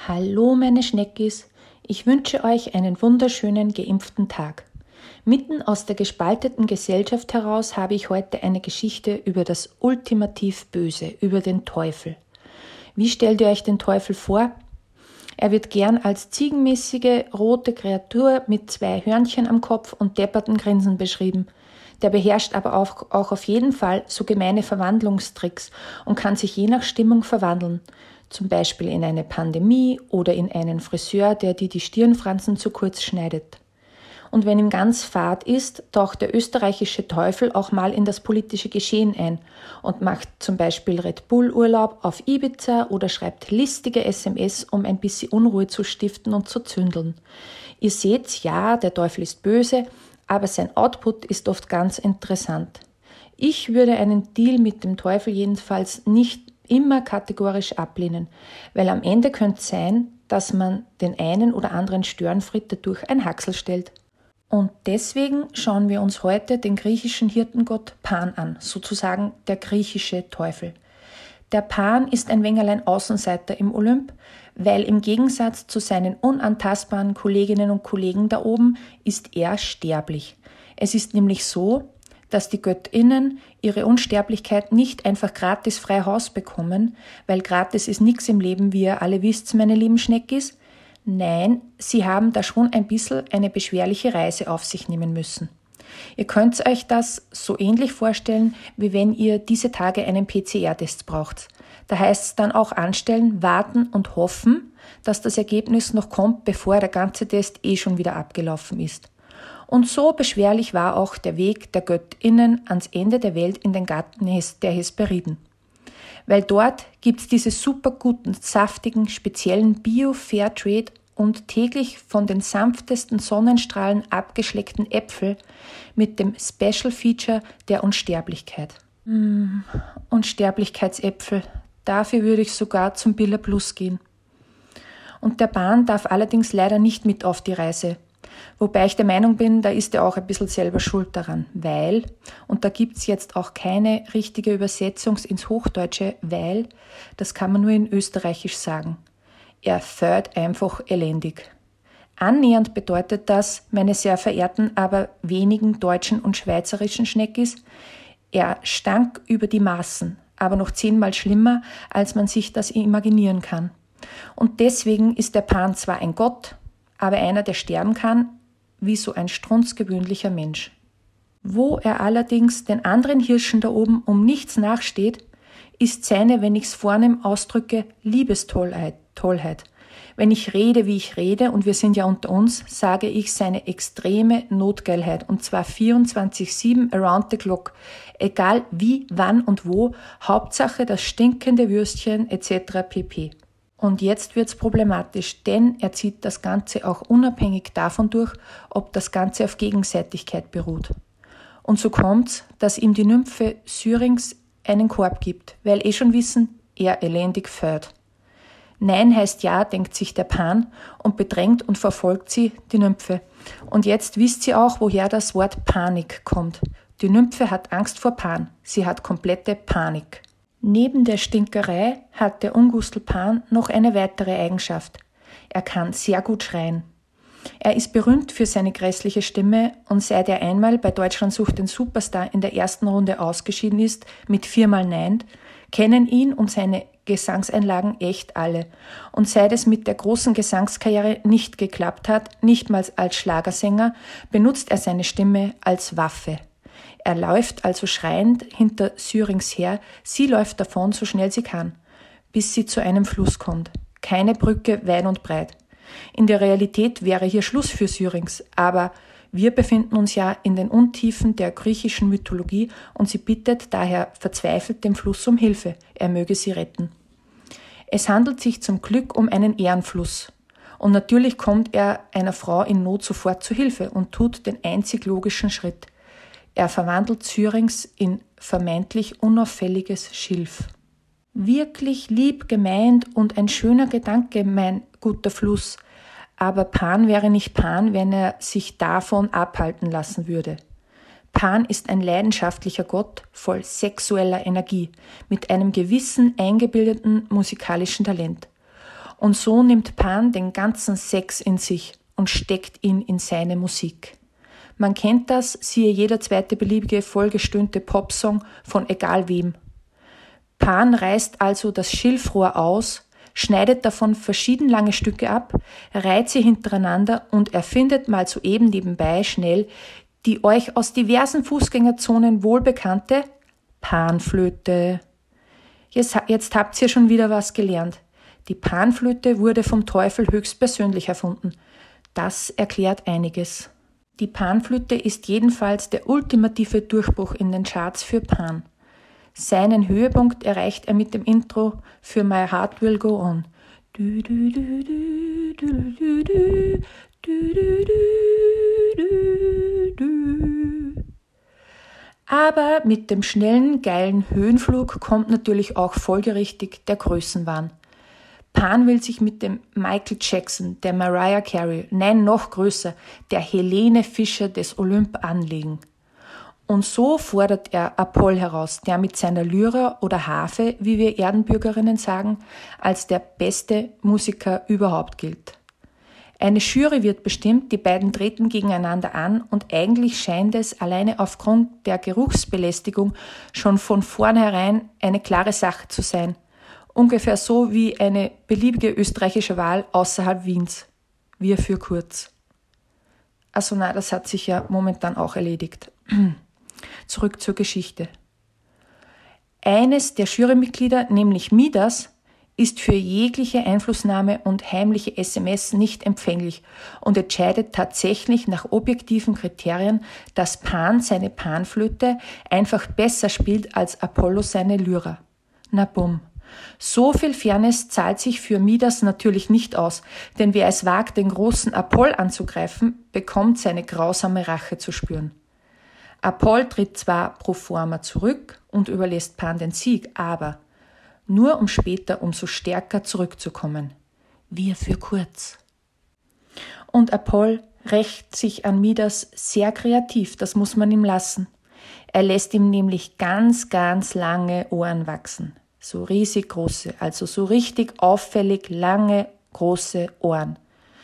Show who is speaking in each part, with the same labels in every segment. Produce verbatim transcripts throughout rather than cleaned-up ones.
Speaker 1: Hallo meine Schneckis, ich wünsche euch einen wunderschönen geimpften Tag. Mitten aus der gespalteten Gesellschaft heraus habe ich heute eine Geschichte über das ultimativ Böse, über den Teufel. Wie stellt ihr euch den Teufel vor? Er wird gern als ziegenmäßige, rote Kreatur mit zwei Hörnchen am Kopf und depperten Grinsen beschrieben. Der beherrscht aber auch, auch auf jeden Fall so gemeine Verwandlungstricks und kann sich je nach Stimmung verwandeln. Zum Beispiel in eine Pandemie oder in einen Friseur, der dir die Stirnfransen zu kurz schneidet. Und wenn ihm ganz fad ist, taucht der österreichische Teufel auch mal in das politische Geschehen ein und macht zum Beispiel Red Bull Urlaub auf Ibiza oder schreibt listige S M S, um ein bisschen Unruhe zu stiften und zu zündeln. Ihr seht, ja, der Teufel ist böse, aber sein Output ist oft ganz interessant. Ich würde einen Deal mit dem Teufel jedenfalls nicht immer kategorisch ablehnen, weil am Ende könnte es sein, dass man den einen oder anderen Störenfried dadurch ein Haxel stellt. Und deswegen schauen wir uns heute den griechischen Hirtengott Pan an, sozusagen der griechische Teufel. Der Pan ist ein Wengerlein Außenseiter im Olymp, weil im Gegensatz zu seinen unantastbaren Kolleginnen und Kollegen da oben ist er sterblich. Es ist nämlich so, dass die Göttinnen ihre Unsterblichkeit nicht einfach gratis frei Haus bekommen, weil gratis ist nix im Leben, wie ihr alle wisst, meine lieben Schneckis. Nein, sie haben da schon ein bisschen eine beschwerliche Reise auf sich nehmen müssen. Ihr könnt euch das so ähnlich vorstellen, wie wenn ihr diese Tage einen P C R-Test braucht. Da heißt es dann auch anstellen, warten und hoffen, dass das Ergebnis noch kommt, bevor der ganze Test eh schon wieder abgelaufen ist. Und so beschwerlich war auch der Weg der Göttinnen ans Ende der Welt in den Garten der Hesperiden. Weil dort gibt's diese super guten, saftigen, speziellen Bio-Fairtrade und täglich von den sanftesten Sonnenstrahlen abgeschleckten Äpfel mit dem Special Feature der Unsterblichkeit. Mmh, Unsterblichkeitsäpfel, dafür würde ich sogar zum Billa Plus gehen. Und der Pan darf allerdings leider nicht mit auf die Reise. Wobei ich der Meinung bin, da ist er auch ein bisschen selber schuld daran, weil, und da gibt's jetzt auch keine richtige Übersetzung ins Hochdeutsche, weil, das kann man nur in Österreichisch sagen. Er fährt einfach elendig. Annähernd bedeutet das, meine sehr verehrten, aber wenigen deutschen und schweizerischen Schneckis, er stank über die Maßen, aber noch zehnmal schlimmer, als man sich das imaginieren kann. Und deswegen ist der Pan zwar ein Gott, aber einer, der sterben kann, wie so ein strunzgewöhnlicher Mensch. Wo er allerdings den anderen Hirschen da oben um nichts nachsteht, ist seine, wenn ich's vornehm ausdrücke, Liebestollheit. Tollheit. Wenn ich rede, wie ich rede, und wir sind ja unter uns, sage ich seine extreme Notgeilheit, und zwar vierundzwanzig sieben around the clock, egal wie, wann und wo, Hauptsache das stinkende Würstchen et cetera pp. Und jetzt wird's problematisch, denn er zieht das Ganze auch unabhängig davon durch, ob das Ganze auf Gegenseitigkeit beruht. Und so kommt's, dass ihm die Nymphe Syrinx einen Korb gibt, weil eh schon wissen, er elendig fährt. Nein heißt ja, denkt sich der Pan und bedrängt und verfolgt sie, die Nymphe. Und jetzt wisst sie auch, woher das Wort Panik kommt. Die Nymphe hat Angst vor Pan, sie hat komplette Panik. Neben der Stinkerei hat der Ungustel Pan noch eine weitere Eigenschaft. Er kann sehr gut schreien. Er ist berühmt für seine grässliche Stimme und seit er einmal bei Deutschland sucht den Superstar in der ersten Runde ausgeschieden ist, mit viermal Nein, kennen ihn und seine Gesangseinlagen echt alle. Und seit es mit der großen Gesangskarriere nicht geklappt hat, nicht mal als Schlagersänger, benutzt er seine Stimme als Waffe. Er läuft also schreiend hinter Syrinx her, sie läuft davon, so schnell sie kann, bis sie zu einem Fluss kommt. Keine Brücke, weit und breit. In der Realität wäre hier Schluss für Syrinx, aber wir befinden uns ja in den Untiefen der griechischen Mythologie und sie bittet daher verzweifelt den Fluss um Hilfe, er möge sie retten. Es handelt sich zum Glück um einen Ehrenfluss. Und natürlich kommt er einer Frau in Not sofort zu Hilfe und tut den einzig logischen Schritt. Er verwandelt Syrinx in vermeintlich unauffälliges Schilf. Wirklich lieb gemeint und ein schöner Gedanke, mein guter Fluss. Aber Pan wäre nicht Pan, wenn er sich davon abhalten lassen würde. Pan ist ein leidenschaftlicher Gott voll sexueller Energie, mit einem gewissen eingebildeten musikalischen Talent. Und so nimmt Pan den ganzen Sex in sich und steckt ihn in seine Musik. Man kennt das, siehe jeder zweite beliebige vollgestöhnte Popsong von egal wem. Pan reißt also das Schilfrohr aus, schneidet davon verschieden lange Stücke ab, reiht sie hintereinander und erfindet mal soeben nebenbei schnell die euch aus diversen Fußgängerzonen wohlbekannte Panflöte. Jetzt, jetzt habt ihr schon wieder was gelernt. Die Panflöte wurde vom Teufel höchstpersönlich erfunden. Das erklärt einiges. Die Panflöte ist jedenfalls der ultimative Durchbruch in den Charts für Pan. Seinen Höhepunkt erreicht er mit dem Intro für My Heart Will Go On. Du, du, du, du, du, du, du, du, du, du. Aber mit dem schnellen, geilen Höhenflug kommt natürlich auch folgerichtig der Größenwahn. Pan will sich mit dem Michael Jackson, der Mariah Carey, nein, noch größer, der Helene Fischer des Olymp anlegen. Und so fordert er Apoll heraus, der mit seiner Lyra oder Harfe, wie wir Erdenbürgerinnen sagen, als der beste Musiker überhaupt gilt. Eine Jury wird bestimmt, die beiden treten gegeneinander an und eigentlich scheint es alleine aufgrund der Geruchsbelästigung schon von vornherein eine klare Sache zu sein. Ungefähr so wie eine beliebige österreichische Wahl außerhalb Wiens. Wir für kurz. Also na, das hat sich ja momentan auch erledigt. Zurück zur Geschichte. Eines der Jurymitglieder, nämlich Midas, ist für jegliche Einflussnahme und heimliche S M S nicht empfänglich und entscheidet tatsächlich nach objektiven Kriterien, dass Pan seine Panflöte einfach besser spielt als Apollo seine Lyra. Na bumm. So viel Fairness zahlt sich für Midas natürlich nicht aus, denn wer es wagt, den großen Apoll anzugreifen, bekommt seine grausame Rache zu spüren. Apoll tritt zwar pro forma zurück und überlässt Pan den Sieg, aber nur um später umso stärker zurückzukommen. Wir für kurz. Und Apoll rächt sich an Midas sehr kreativ, das muss man ihm lassen. Er lässt ihm nämlich ganz, ganz lange Ohren wachsen. So riesig große, also so richtig auffällig lange, große Ohren.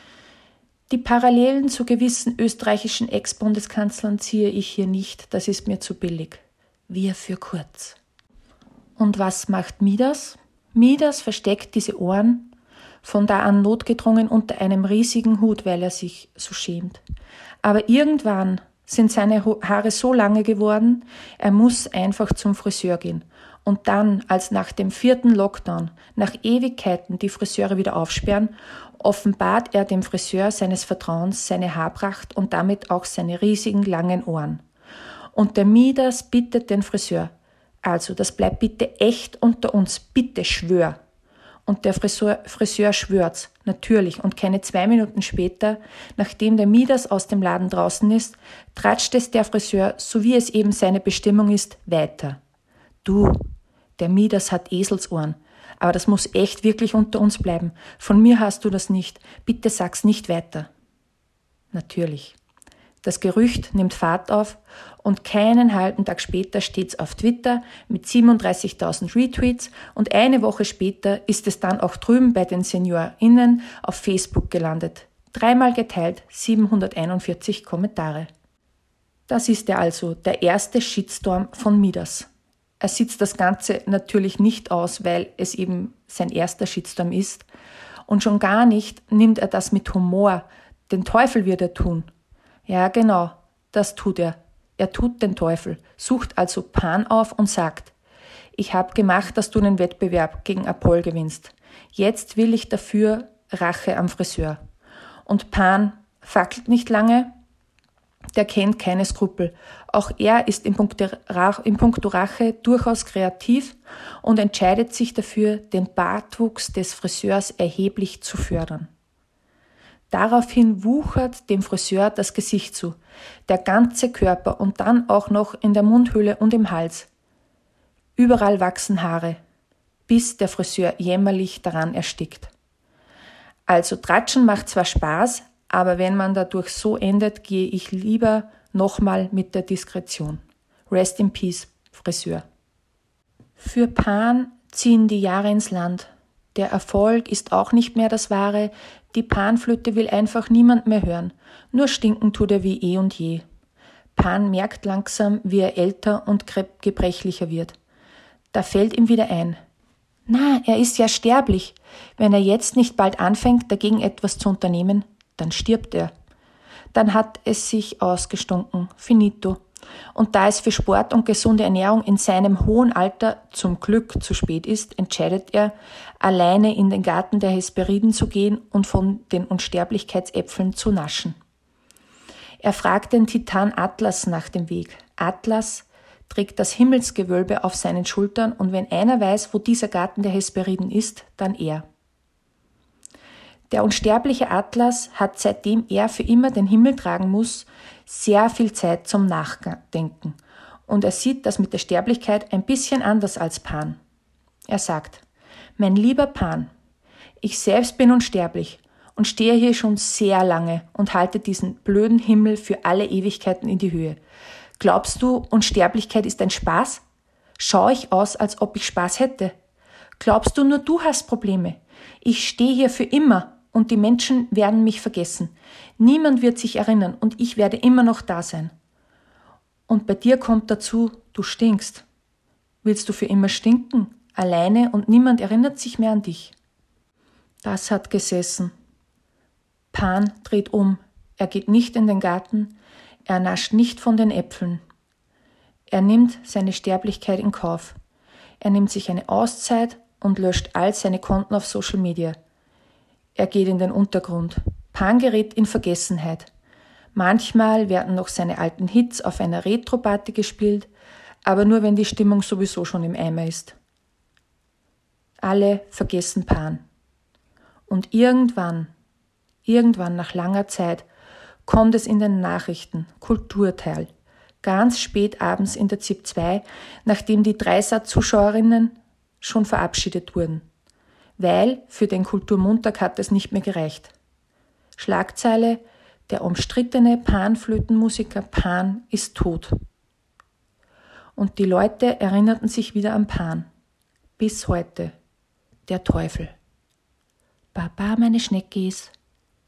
Speaker 1: Die Parallelen zu gewissen österreichischen Ex-Bundeskanzlern ziehe ich hier nicht, das ist mir zu billig. Wir für kurz. Und was macht Midas? Midas versteckt diese Ohren, von da an notgedrungen unter einem riesigen Hut, weil er sich so schämt. Aber irgendwann sind seine Haare so lange geworden, er muss einfach zum Friseur gehen. Und dann, als nach dem vierten Lockdown, nach Ewigkeiten die Friseure wieder aufsperren, offenbart er dem Friseur seines Vertrauens seine Haarpracht und damit auch seine riesigen langen Ohren. Und der Midas bittet den Friseur, also das bleibt bitte echt unter uns, bitte schwör. Und der Friseur, Friseur schwört's, natürlich, und keine zwei Minuten später, nachdem der Midas aus dem Laden draußen ist, tratscht es der Friseur, so wie es eben seine Bestimmung ist, weiter. Du, der Midas hat Eselsohren, aber das muss echt wirklich unter uns bleiben. Von mir hast du das nicht, bitte sag's nicht weiter. Natürlich. Das Gerücht nimmt Fahrt auf und keinen halben Tag später steht's auf Twitter mit siebenunddreißigtausend Retweets und eine Woche später ist es dann auch drüben bei den SeniorInnen auf Facebook gelandet. Dreimal geteilt, siebenhunderteinundvierzig Kommentare. Das ist ja also der erste Shitstorm von Midas. Er sitzt das Ganze natürlich nicht aus, weil es eben sein erster Shitstorm ist. Und schon gar nicht nimmt er das mit Humor. Den Teufel wird er tun. Ja, genau, das tut er. Er tut den Teufel, sucht also Pan auf und sagt, ich habe gemacht, dass du den Wettbewerb gegen Apoll gewinnst. Jetzt will ich dafür Rache am Friseur. Und Pan fackelt nicht lange, der kennt keine Skrupel. Auch er ist in puncto Rache durchaus kreativ und entscheidet sich dafür, den Bartwuchs des Friseurs erheblich zu fördern. Daraufhin wuchert dem Friseur das Gesicht zu, der ganze Körper und dann auch noch in der Mundhöhle und im Hals. Überall wachsen Haare, bis der Friseur jämmerlich daran erstickt. Also Tratschen macht zwar Spaß, aber wenn man dadurch so endet, gehe ich lieber nochmal mit der Diskretion. Rest in Peace, Friseur. Für Pan ziehen die Jahre ins Land. Der Erfolg ist auch nicht mehr das Wahre, die Panflöte will einfach niemand mehr hören, nur stinken tut er wie eh und je. Pan merkt langsam, wie er älter und gebrechlicher wird. Da fällt ihm wieder ein: Na, er ist ja sterblich. Wenn er jetzt nicht bald anfängt, dagegen etwas zu unternehmen, dann stirbt er. Dann hat es sich ausgestunken. Finito. Und da es für Sport und gesunde Ernährung in seinem hohen Alter zum Glück zu spät ist, entscheidet er, alleine in den Garten der Hesperiden zu gehen und von den Unsterblichkeitsäpfeln zu naschen. Er fragt den Titan Atlas nach dem Weg. Atlas trägt das Himmelsgewölbe auf seinen Schultern und wenn einer weiß, wo dieser Garten der Hesperiden ist, dann er. Der unsterbliche Atlas hat, seitdem er für immer den Himmel tragen muss, sehr viel Zeit zum Nachdenken und er sieht das mit der Sterblichkeit ein bisschen anders als Pan. Er sagt: Mein lieber Pan, ich selbst bin unsterblich und stehe hier schon sehr lange und halte diesen blöden Himmel für alle Ewigkeiten in die Höhe. Glaubst du, Unsterblichkeit ist ein Spaß? Schau ich aus, als ob ich Spaß hätte? Glaubst du, nur du hast Probleme? Ich stehe hier für immer und die Menschen werden mich vergessen. Niemand wird sich erinnern und ich werde immer noch da sein. Und bei dir kommt dazu, du stinkst. Willst du für immer stinken, alleine und niemand erinnert sich mehr an dich? Das hat gesessen. Pan dreht um. Er geht nicht in den Garten. Er nascht nicht von den Äpfeln. Er nimmt seine Sterblichkeit in Kauf. Er nimmt sich eine Auszeit und löscht all seine Konten auf Social Media. Er geht in den Untergrund. Pan gerät in Vergessenheit. Manchmal werden noch seine alten Hits auf einer Retro-Party gespielt, aber nur wenn die Stimmung sowieso schon im Eimer ist. Alle vergessen Pan. Und irgendwann, irgendwann nach langer Zeit, kommt es in den Nachrichten, Kulturteil, ganz spät abends in der ZIP zwei, nachdem die Dreisat-Zuschauerinnen schon verabschiedet wurden. Weil für den Kulturmontag hat es nicht mehr gereicht. Schlagzeile: Der umstrittene Panflötenmusiker Pan ist tot. Und die Leute erinnerten sich wieder an Pan. Bis heute. Der Teufel. Baba, meine Schneckis.